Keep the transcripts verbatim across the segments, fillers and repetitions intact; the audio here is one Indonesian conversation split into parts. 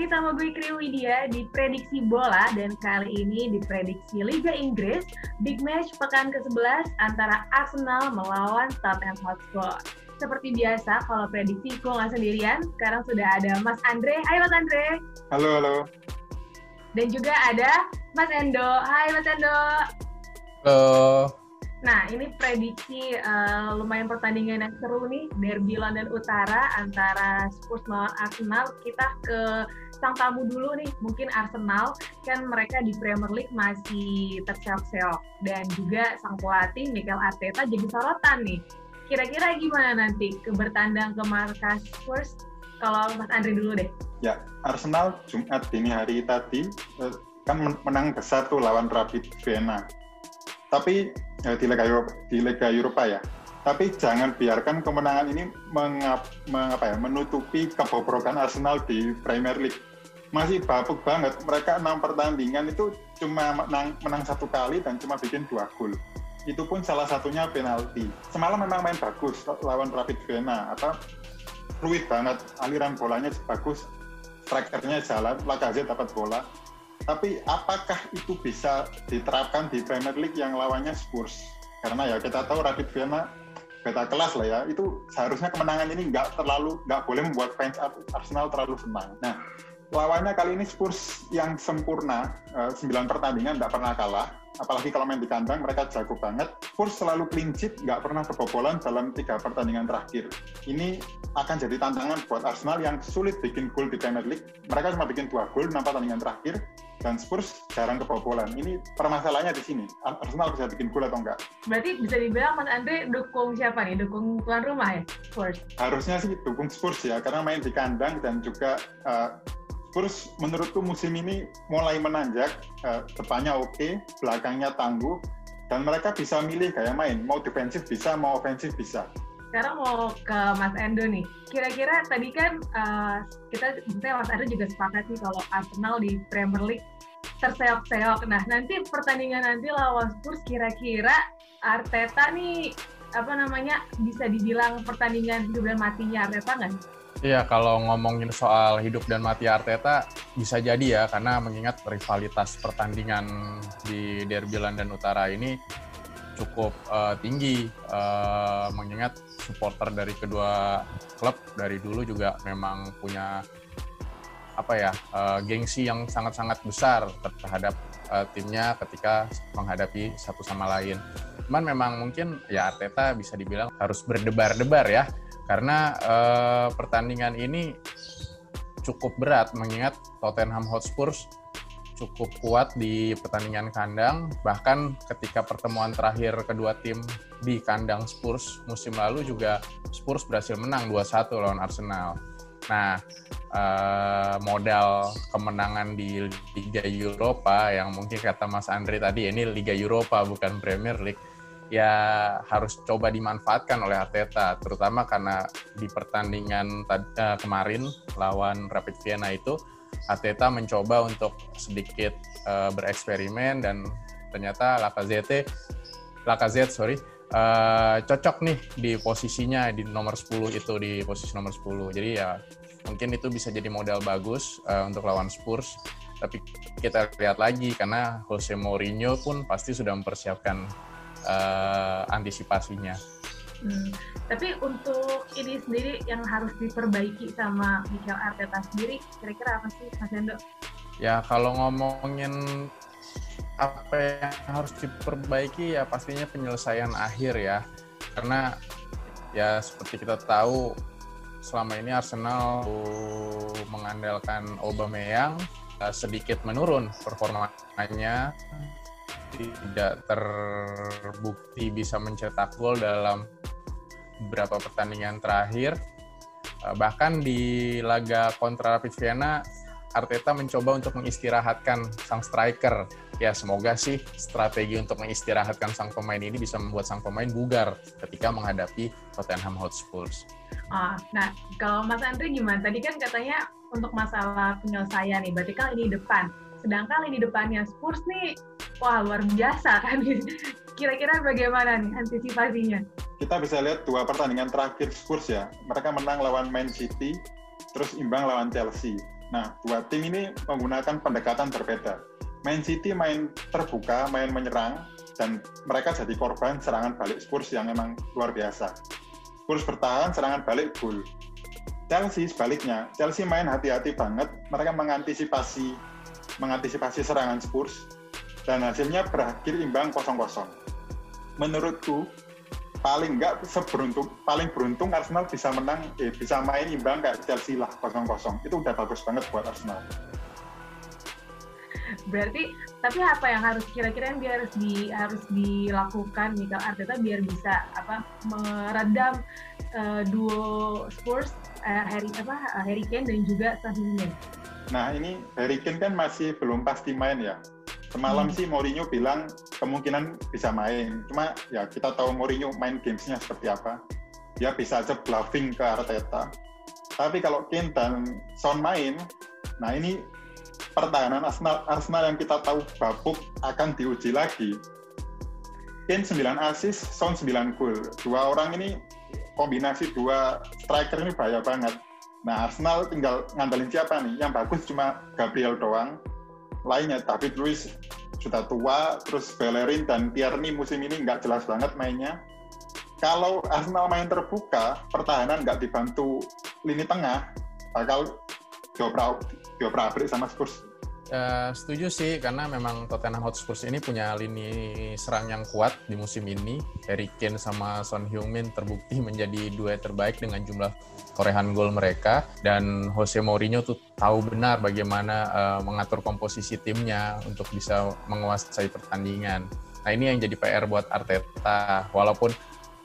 lagi sama gue Kriwi Widya di Prediksi Bola, dan kali ini di Prediksi Liga Inggris, big match pekan kesebelas antara Arsenal melawan Tottenham Hotspur. Seperti biasa, kalau prediksi gue nggak sendirian, sekarang sudah ada Mas Andre. Hai Mas Andre. Halo, halo. Dan juga ada Mas Endo. Hai Mas Endo. Halo. Nah, ini prediksi uh, lumayan pertandingan yang seru nih, derby London Utara antara Spurs melawan Arsenal. Kita ke sang tamu dulu nih, mungkin Arsenal, kan mereka di Premier League masih terseok-seok. Dan juga sang pelatih Mikel Arteta jadi sorotan nih. Kira-kira gimana nanti ke bertandang ke markas Spurs? Kalau Mas Andri dulu deh. Ya, Arsenal Jumat dini hari tadi kan menang besar tuh lawan Rapid Vienna. Tapi ya, di Liga Eropa, di Liga Eropa ya. Tapi jangan biarkan kemenangan ini mengap, mengapa ya, menutupi kebobrokan Arsenal di Premier League. Masih bapuk banget. Mereka enam pertandingan itu cuma menang, menang satu kali dan cuma bikin dua gol. Itu pun salah satunya penalti. Semalam memang main bagus lawan Rapid Vienna. Apa fluid banget, aliran bolanya bagus, strikernya jalan, Lacazette dapat bola. Tapi apakah itu bisa diterapkan di Premier League yang lawannya Spurs? Karena ya kita tahu Rapid Vienna beta kelas lah ya. Itu seharusnya kemenangan ini nggak terlalu, nggak boleh membuat fans Arsenal terlalu senang. Nah, lawannya kali ini Spurs yang sempurna, sembilan pertandingan nggak pernah kalah. Apalagi kalau main di kandang, mereka jago banget. Spurs selalu clean sheet, nggak pernah kebobolan dalam tiga pertandingan terakhir. Ini akan jadi tantangan buat Arsenal yang sulit bikin gol di Premier League. Mereka cuma bikin dua gol enam pertandingan terakhir, dan Spurs jarang kebobolan. Ini permasalahannya di sini. Arsenal bisa bikin gol atau enggak? Berarti bisa dibilang Mas Andre dukung siapa nih? Dukung tuan rumah ya, Spurs? Harusnya sih dukung Spurs ya, karena main di kandang dan juga uh, Spurs menurutku musim ini mulai menanjak, uh, depannya oke, belakangnya tangguh, dan mereka bisa milih gaya main, mau defensif bisa, mau ofensif bisa. Sekarang mau ke Mas Endo nih, kira-kira tadi kan uh, kita, misalnya Mas Endo juga sepakat nih kalau Arsenal di Premier League terseok-seok. Nah, nanti pertandingan nanti lawan Spurs, kira-kira Arteta nih, apa namanya, bisa dibilang pertandingan hidup dan matinya Arteta nggak? Iya, kalau ngomongin soal hidup dan mati Arteta, bisa jadi ya, karena mengingat rivalitas pertandingan di derby London Utara ini cukup uh, tinggi, uh, mengingat supporter dari kedua klub dari dulu juga memang punya apa ya uh, gengsi yang sangat-sangat besar terhadap uh, timnya ketika menghadapi satu sama lain. Cuman memang mungkin ya Arteta bisa dibilang harus berdebar-debar ya, karena uh, pertandingan ini cukup berat mengingat Tottenham Hotspur cukup kuat di pertandingan kandang, bahkan ketika pertemuan terakhir kedua tim di kandang Spurs musim lalu juga Spurs berhasil menang dua satu lawan Arsenal. Nah, eh, modal kemenangan di Liga Eropa yang mungkin kata Mas Andre tadi, ini Liga Eropa bukan Premier League, ya harus coba dimanfaatkan oleh Arteta, terutama karena di pertandingan eh, kemarin lawan Rapid Vienna itu Arteta mencoba untuk sedikit uh, bereksperimen dan ternyata Lacazette, Lacazette sorry, uh, cocok nih di posisinya di nomor sepuluh itu, di posisi nomor sepuluh. Jadi ya mungkin itu bisa jadi modal bagus uh, untuk lawan Spurs. Tapi kita lihat lagi karena Jose Mourinho pun pasti sudah mempersiapkan uh, antisipasinya. Hmm. Tapi untuk ini sendiri yang harus diperbaiki sama Mikel Arteta sendiri, kira-kira apa sih Mas Endo? Ya kalau ngomongin apa yang harus diperbaiki ya pastinya penyelesaian akhir ya. Karena ya seperti kita tahu selama ini Arsenal mengandalkan Aubameyang sedikit menurun performanya, tidak terbukti bisa mencetak gol dalam beberapa pertandingan terakhir. Bahkan di laga kontra Rapid Vienna, Arteta mencoba untuk mengistirahatkan sang striker. Ya semoga sih strategi untuk mengistirahatkan sang pemain ini bisa membuat sang pemain bugar ketika menghadapi Tottenham Hotspur. Oh, nah, kalau Mas Andre gimana? Tadi kan katanya untuk masalah penyelesaian nih, berarti kan ini depan. Sedangkan ini depannya Spurs nih, wah luar biasa kan. Kira-kira bagaimana nih antisipasinya? Kita bisa lihat dua pertandingan terakhir Spurs ya. Mereka menang lawan Man City, terus imbang lawan Chelsea. Nah, dua tim ini menggunakan pendekatan berbeda. Man City main terbuka, main menyerang, dan mereka jadi korban serangan balik Spurs yang memang luar biasa. Spurs bertahan, serangan balik gol. Chelsea sebaliknya, Chelsea main hati-hati banget, mereka mengantisipasi mengantisipasi serangan Spurs, dan hasilnya berakhir imbang kosong kosong. Menurutku, paling nggak seberuntung, paling beruntung Arsenal bisa menang, eh, bisa main imbang kayak Chelsea lah kosong kosong. Itu udah bagus banget buat Arsenal. Berarti, tapi apa yang harus kira-kira yang dia harus di harus dilakukan Mikel Arteta biar bisa apa meredam uh, duo Spurs, uh, Harry apa Harry Kane dan juga Son Heung-min? Nah, ini Harry Kane kan masih belum pasti main ya. Semalam hmm. sih Mourinho bilang kemungkinan bisa main. Cuma ya kita tahu Mourinho main gamesnya seperti apa. Dia bisa aja bluffing ke Arteta. Tapi kalau Kane dan Son main, nah ini pertahanan Arsenal, Arsenal yang kita tahu bapuk akan diuji lagi. Kane sembilan assist, Son sembilan gol. Dua orang ini, kombinasi dua striker ini bahaya banget. Nah, Arsenal tinggal ngandelin siapa nih? Yang bagus cuma Gabriel doang. Lainnya David Luiz sudah tua, terus Bellerin dan Tierney musim ini nggak jelas banget mainnya. Kalau Arsenal main terbuka, pertahanan nggak dibantu lini tengah, bakal diobrak-abrik sama Spurs. Uh, setuju sih, karena memang Tottenham Hotspur ini punya lini serang yang kuat di musim ini. Harry Kane sama Son Heung-min terbukti menjadi duet terbaik dengan jumlah torehan gol mereka. Dan Jose Mourinho tuh tahu benar bagaimana uh, mengatur komposisi timnya untuk bisa menguasai pertandingan. Nah, ini yang jadi P R buat Arteta. Walaupun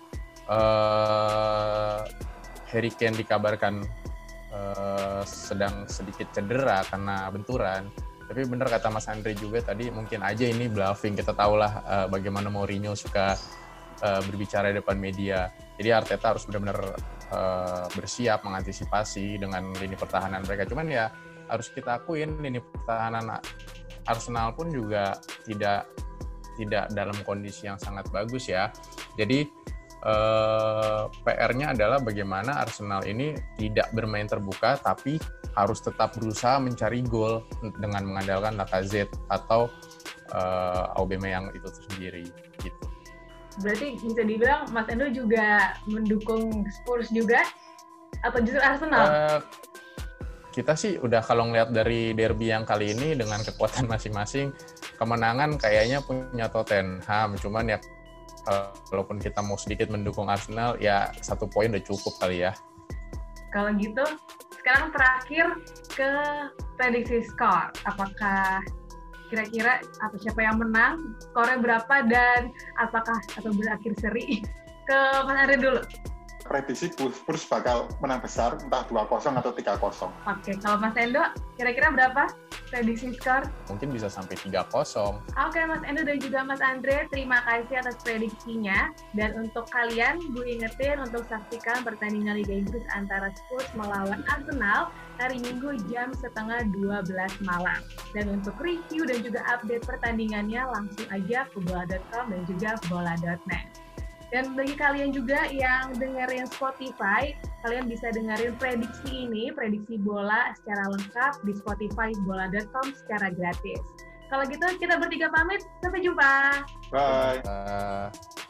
uh, Harry Kane dikabarkan uh, sedang sedikit cedera karena benturan. Tapi benar kata Mas Andre juga tadi, mungkin aja ini bluffing. Kita tahulah uh, bagaimana Mourinho suka uh, berbicara di depan media. Jadi Arteta harus benar-benar uh, bersiap mengantisipasi dengan lini pertahanan mereka. Cuman ya harus kita akuin lini pertahanan Arsenal pun juga tidak tidak dalam kondisi yang sangat bagus ya. Jadi uh, P R-nya adalah bagaimana Arsenal ini tidak bermain terbuka tapi harus tetap berusaha mencari gol dengan mengandalkan Lacazette atau uh, Aubameyang itu sendiri gitu. Berarti bisa dibilang Mas Endo juga mendukung Spurs juga atau justru Arsenal? Uh, kita sih udah kalau ngeliat dari derby yang kali ini dengan kekuatan masing-masing, kemenangan kayaknya punya Tottenham. Cuman ya kalaupun kita mau sedikit mendukung Arsenal, ya satu poin udah cukup kali ya. Kalau gitu, sekarang terakhir ke prediksi skor. Apakah kira-kira atau siapa yang menang, skornya berapa, dan apakah atau berakhir seri? Ke Mas Andre dulu. Prediksi Spurs bakal menang besar, entah dua kosong atau tiga kosong. Oke, kalau Mas Endo, kira-kira berapa prediksi skor? Mungkin bisa sampai tiga kosong. Oke, Mas Endo dan juga Mas Andre, terima kasih atas prediksinya. Dan untuk kalian, gue ingetin untuk saksikan pertandingan Liga Inggris antara Spurs melawan Arsenal hari Minggu jam setengah dua belas malam. Dan untuk review dan juga update pertandingannya, langsung aja ke bola dot com dan juga bola dot net. Dan bagi kalian juga yang dengerin Spotify, kalian bisa dengerin prediksi ini, prediksi bola secara lengkap di Spotify bola dot com secara gratis. Kalau gitu kita bertiga pamit, sampai jumpa. Bye. Uh...